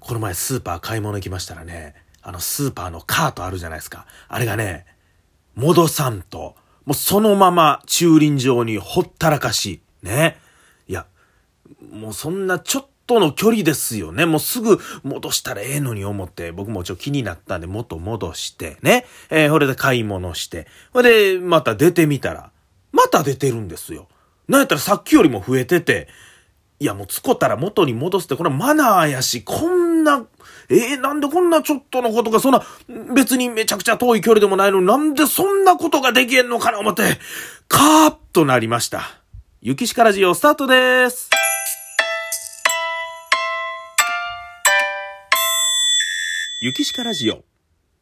この前スーパー買い物行きましたらね、スーパーのカートあるじゃないですか。あれがね、戻さんと、もうそのまま駐輪場にほったらかし。ね。いや、もうそんなちょっとの距離ですよね。もうすぐ戻したらええのに思って、僕も気になったんで元戻してね。それで買い物して。それでまた出てみたら、また出てるんですよ。なんやったらさっきよりも増えてて、いやもうつこったら元に戻すってこれマナーやし、こんな、なんでこんなちょっとのことがそんな別にめちゃくちゃ遠い距離でもないのになんでそんなことができんのかな思って、カーッとなりました。ゆきしかラジオスタートです。ゆきしかラジオ。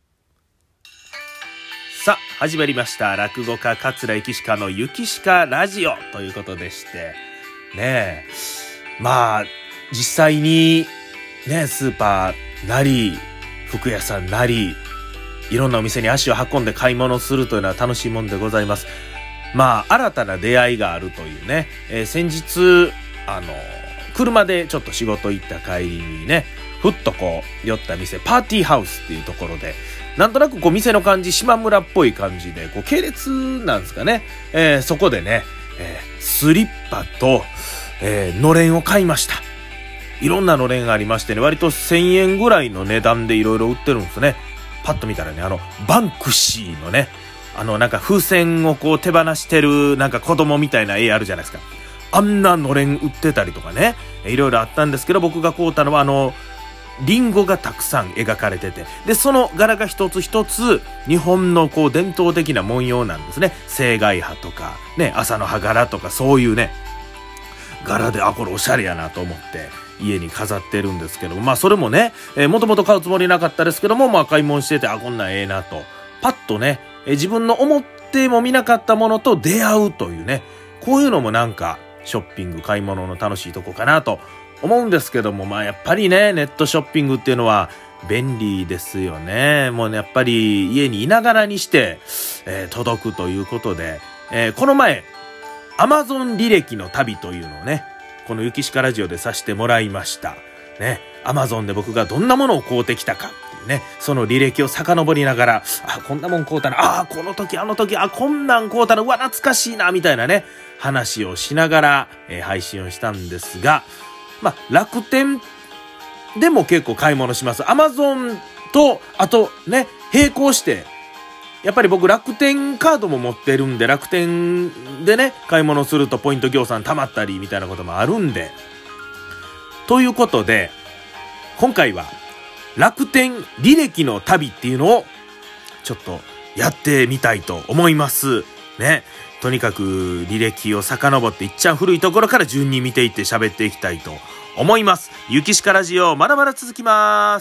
さあ、始まりました。落語家桂ゆきしかのゆきしかラジオということでして。ねえ。まあ、実際に、ね、スーパーなり、服屋さんなり、いろんなお店に足を運んで買い物するというのは楽しいもんでございます。まあ、新たな出会いがあるというね。先日、車でちょっと仕事行った帰りにね、ふっと寄った店、パーティーハウスっていうところで、なんとなく店の感じ、島村っぽい感じで、系列なんですかね。そこでね、スリッパと、のれんを買いました。いろんなのれんがありましてね、割と1000円ぐらいの値段でいろいろ売ってるんですね。パッと見たらね、バンクシーのね、なんか風船を手放してる、なんか子供みたいな絵あるじゃないですか。あんなのれん売ってたりとかね、いろいろあったんですけど、僕が買うたのはリンゴがたくさん描かれてて、で、その柄が一つ一つ、日本の伝統的な文様なんですね。青海葉とか、ね、麻の葉柄とか、そういうね、柄で、これおしゃれやなと思って、家に飾ってるんですけど、まあ、それもね、もともと買うつもりなかったですけども、まあ、買い物してて、こんなんええなと、パッとね、自分の思ってもみなかったものと出会うというね、こういうのもなんか、ショッピング、買い物の楽しいとこかなと思うんですけども、まあやっぱりね、ネットショッピングっていうのは便利ですよね。もうね、やっぱり家にいながらにして、届くということで、この前、Amazon 履歴の旅というのをね、このゆきしかラジオでさせてもらいました。ね、Amazon で僕がどんなものを買うてきたかっていうね、その履歴を遡りながら、こんなもん買うたな、この時、こんなん買うたな、うわ、懐かしいな、みたいなね、話をしながら、配信をしたんですが、まあ、楽天でも結構買い物します。Amazon と、あとね、並行して、やっぱり僕楽天カードも持ってるんで、楽天でね、買い物するとポイント業産溜まったりみたいなこともあるんで。ということで、今回は楽天履歴の旅っていうのをちょっとやってみたいと思います。ね。とにかく履歴を遡っていっちゃ古いところから順に見ていって喋っていきたいと思います。ゆきしかラジオまだまだ続きます。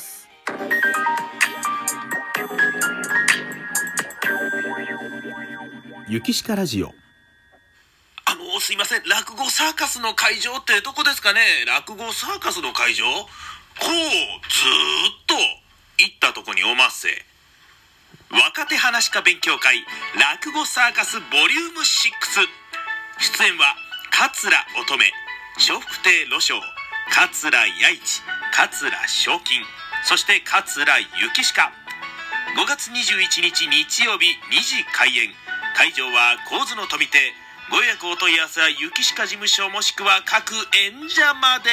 ゆきしかラジオ。すいません、落語サーカスの会場ってどこですかね。落語サーカスの会場、ずーっと行ったとこにおまっせ。若手話家勉強会落語サーカスボリューム6。出演は桂乙女、笑福亭呂章、桂弥一、桂賞金、そして桂ゆきしか。5月21日日曜日2時開演。会場は高津の富亭。ご予約お問い合わせはゆきしか事務所もしくは各演者まで。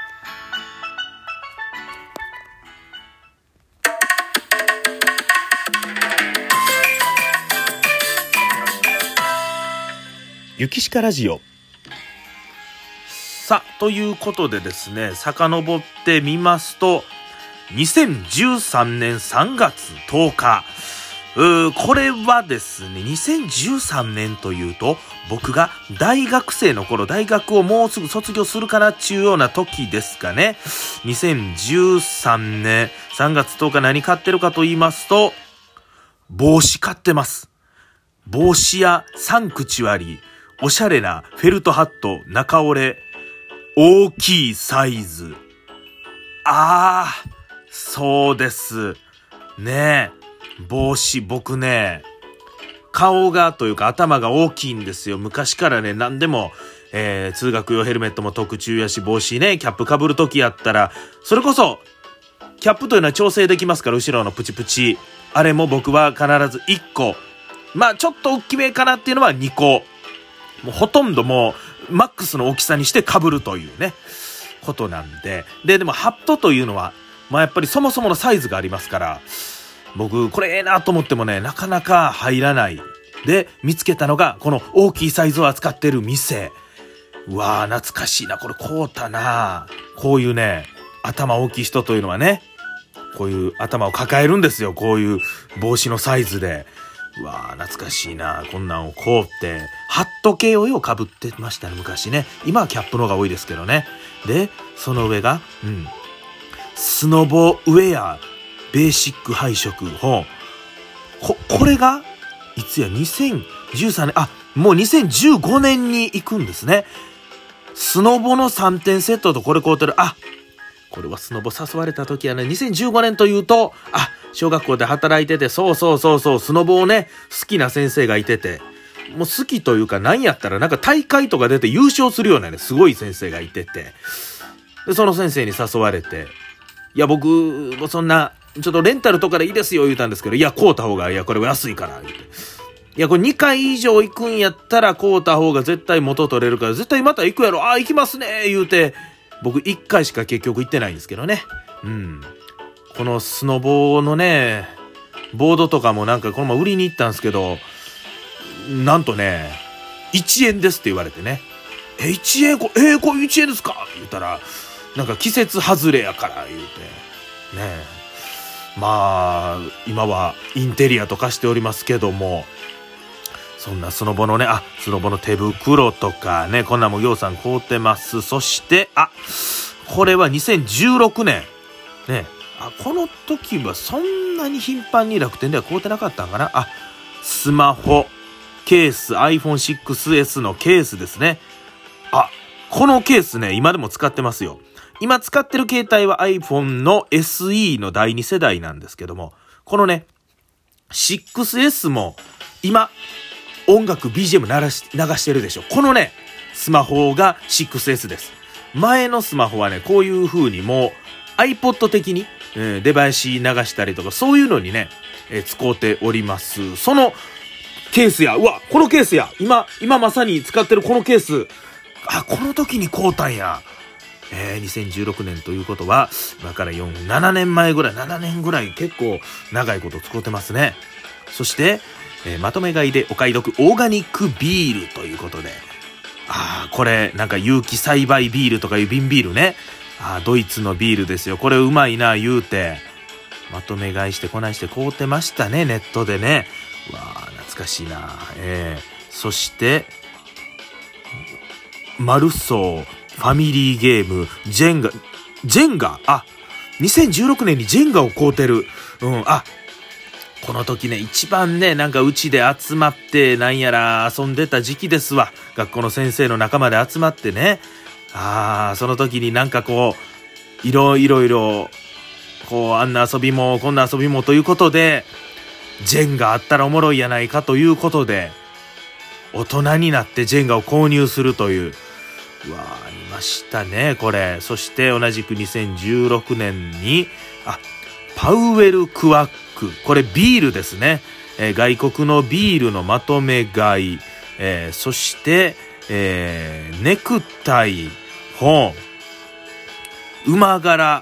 ゆきしかラジオ。さあ、ということでですね、遡ってみますと、2013年3月10日。これはですね、2013年というと、僕が大学生の頃、大学をもうすぐ卒業するかなっちゅうような時ですかね。2013年3月10日何買ってるかと言いますと、帽子買ってます。帽子やサンクチュアリー、おしゃれなフェルトハット、中折れ、大きいサイズ。そうです。ねえ。帽子、僕ね、顔がというか頭が大きいんですよ。昔からね、何でも、通学用ヘルメットも特注やし、帽子ね、キャップ被るときやったら、それこそ、 キャップというのは調整できますから、後ろのプチプチ。あれも僕は必ず1個。まあちょっと大きめかなっていうのは2個。もうほとんどもうマックスの大きさにして被るというね、ことなんで。でもハットというのは、まあやっぱりそもそものサイズがありますから、僕これええなと思ってもね、なかなか入らない。で、見つけたのが、この大きいサイズを扱ってる店。うわー、懐かしいな。これ買うたな。こういうね、頭大きい人というのはね、こういう頭を抱えるんですよ。こういう帽子のサイズで。うわー、懐かしいな。こんなんをこうって、ハット系をよく被ってましたね、昔ね。今はキャップの方が多いですけどね。で、その上が、スノボウェア、ベーシック配色。これが、いつや、2013年、もう2015年に行くんですね。スノボの3点セットとこれ買うてる。これはスノボ誘われた時はね、2015年というと、小学校で働いてて、そう、スノボをね、好きな先生がいてて、もう好きというか、なんやったらなんか大会とか出て優勝するようなね、すごい先生がいてて、で、その先生に誘われて、いや、僕もそんな、ちょっとレンタルとかでいいですよ、言うたんですけど、いや、買うた方が、いや、これは安いから、言うて。いや、これ2回以上行くんやったら、買うた方が絶対元取れるから、絶対また行くやろ、行きますね、言うて、僕1回しか結局行ってないんですけどね。このスノボのね、ボードとかもなんかこのまま売りに行ったんですけど、なんとね、1円ですって言われてね。1円これ1円ですか言ったら、なんか季節外れやから言うて。ねまあ、今はインテリアとかしておりますけども、そんなスノボのね、スノボの手袋とかね、こんなもぎょうさん買うてます。そして、これは2016年。ね、この時はそんなに頻繁に楽天では買うてなかったんかな。スマホ、ケース、iPhone 6S のケースですね。このケースね、今でも使ってますよ。今使ってる携帯は iPhone の SE の第2世代なんですけども、このね、6S も今、音楽 BGM 流してるでしょ。このね、スマホが 6S です。前のスマホはね、こういう風にもう iPod 的に、出囃子流したりとか、そういうのにね、使っております。そのケースや、このケースや、今まさに使ってるこのケース、この時に買うたんや。2016年ということは、今から7年前ぐらい、7年ぐらい結構長いこと使ってますね。そして、まとめ買いでお買い得オーガニックビールということで。これ、なんか有機栽培ビールとかいう瓶ビールね。ドイツのビールですよ。これうまいな、言うて。まとめ買いしてこないして買うてましたね、ネットでね。懐かしいな。そして、マルソー、ファミリーゲーム、ジェンガ、2016年にジェンガを買うてる。この時ね、一番ね、なんかうちで集まって、なんやら遊んでた時期ですわ。学校の先生の仲間で集まってね。その時になんかこう、いろいろ、こう、あんな遊びも、こんな遊びもということで、ジェンガあったらおもろいやないかということで、大人になってジェンガを購入するという。ありましたね、これ。そして同じく2016年に、パウエルクワック。これビールですね。外国のビールのまとめ買い。そして、ネクタイ、本、馬柄。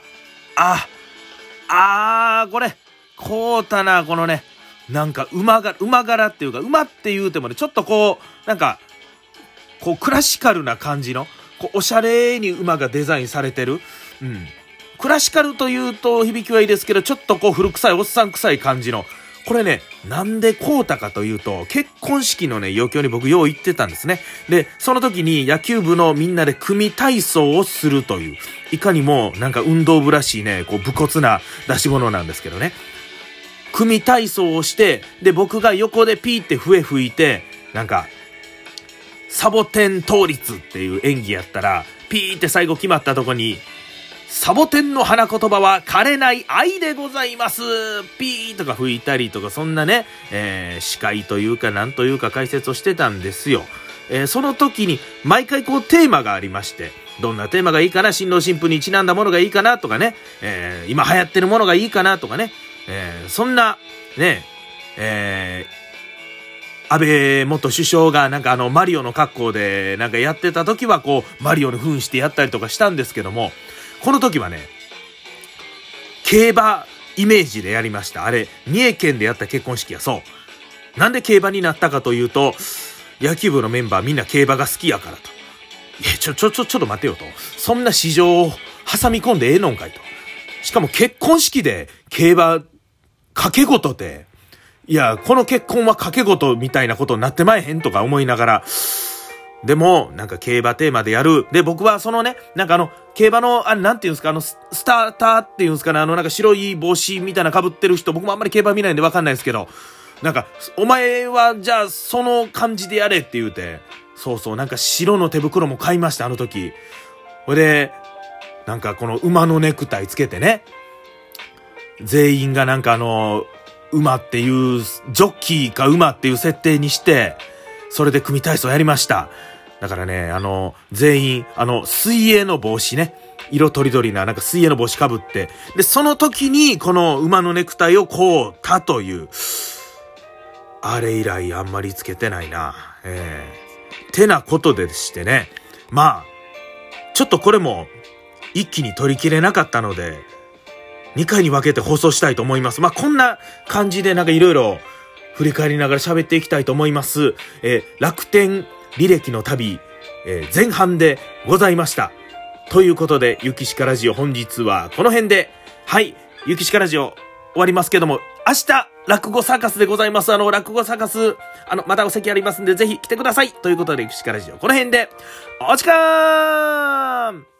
これ、こうたな、このね、なんか馬柄っていうか、馬って言うてもね、ちょっとこう、なんか、こうクラシカルな感じの、こうおしゃれに馬がデザインされてる。クラシカルというと響きはいいですけど、ちょっとこう古臭い、おっさん臭い感じの。これね、なんで買うたかというと、結婚式のね、余興に僕よう行ってたんですね。で、その時に野球部のみんなで組体操をするという、いかにもなんか運動部らしいね、こう武骨な出し物なんですけどね。組体操をして、で、僕が横でピーって笛吹いて、なんか、サボテン倒立っていう演技やったら、ピーって最後決まったとこに、サボテンの花言葉は枯れない愛でございます。ピーとか吹いたりとか、そんなね、司会というかなんというか解説をしてたんですよ。その時に毎回こうテーマがありまして、 どんなテーマがいいかな、新郎新婦にちなんだものがいいかなとかね、今流行ってるものがいいかなとかね、そんな、ね、安倍元首相がなんかマリオの格好でなんかやってた時はこう、マリオの扮してやったりとかしたんですけども、この時はね、競馬イメージでやりました。あれ、三重県でやった結婚式や、そう。なんで競馬になったかというと、野球部のメンバーみんな競馬が好きやからと。ちょっと待てよと。そんな市場を挟み込んでええのんかいと。しかも結婚式で競馬、賭け事で、いや、この結婚は賭け事みたいなことになってまえへんとか思いながら、でも、なんか競馬テーマでやる。で、僕はそのね、なんか競馬の、なんていうんですか、スターターっていうんですかね、なんか白い帽子みたいな被ってる人、僕もあんまり競馬見ないんでわかんないですけど、なんか、お前は、じゃあ、その感じでやれって言うて、そうそう、なんか白の手袋も買いました、あの時。ほいで、なんかこの馬のネクタイつけてね、全員がなんか馬っていう、ジョッキーか馬っていう設定にして、それで組体操やりました。だからね、全員、水泳の帽子ね、色とりどりな、なんか水泳の帽子かぶって、で、その時に、この馬のネクタイをこうたという、あれ以来あんまりつけてないな。てなことでしてね。まあ、ちょっとこれも、一気に取り切れなかったので、2回に分けて放送したいと思います。まあ、こんな感じでなんかいろいろ振り返りながら喋っていきたいと思います。楽天履歴の旅、前半でございました。ということで、ゆきしかラジオ本日はこの辺で、はい、ゆきしかラジオ終わりますけども、明日、落語サーカスでございます。落語サーカス、またお席ありますんで、ぜひ来てください。ということで、ゆきしかラジオこの辺で、お時間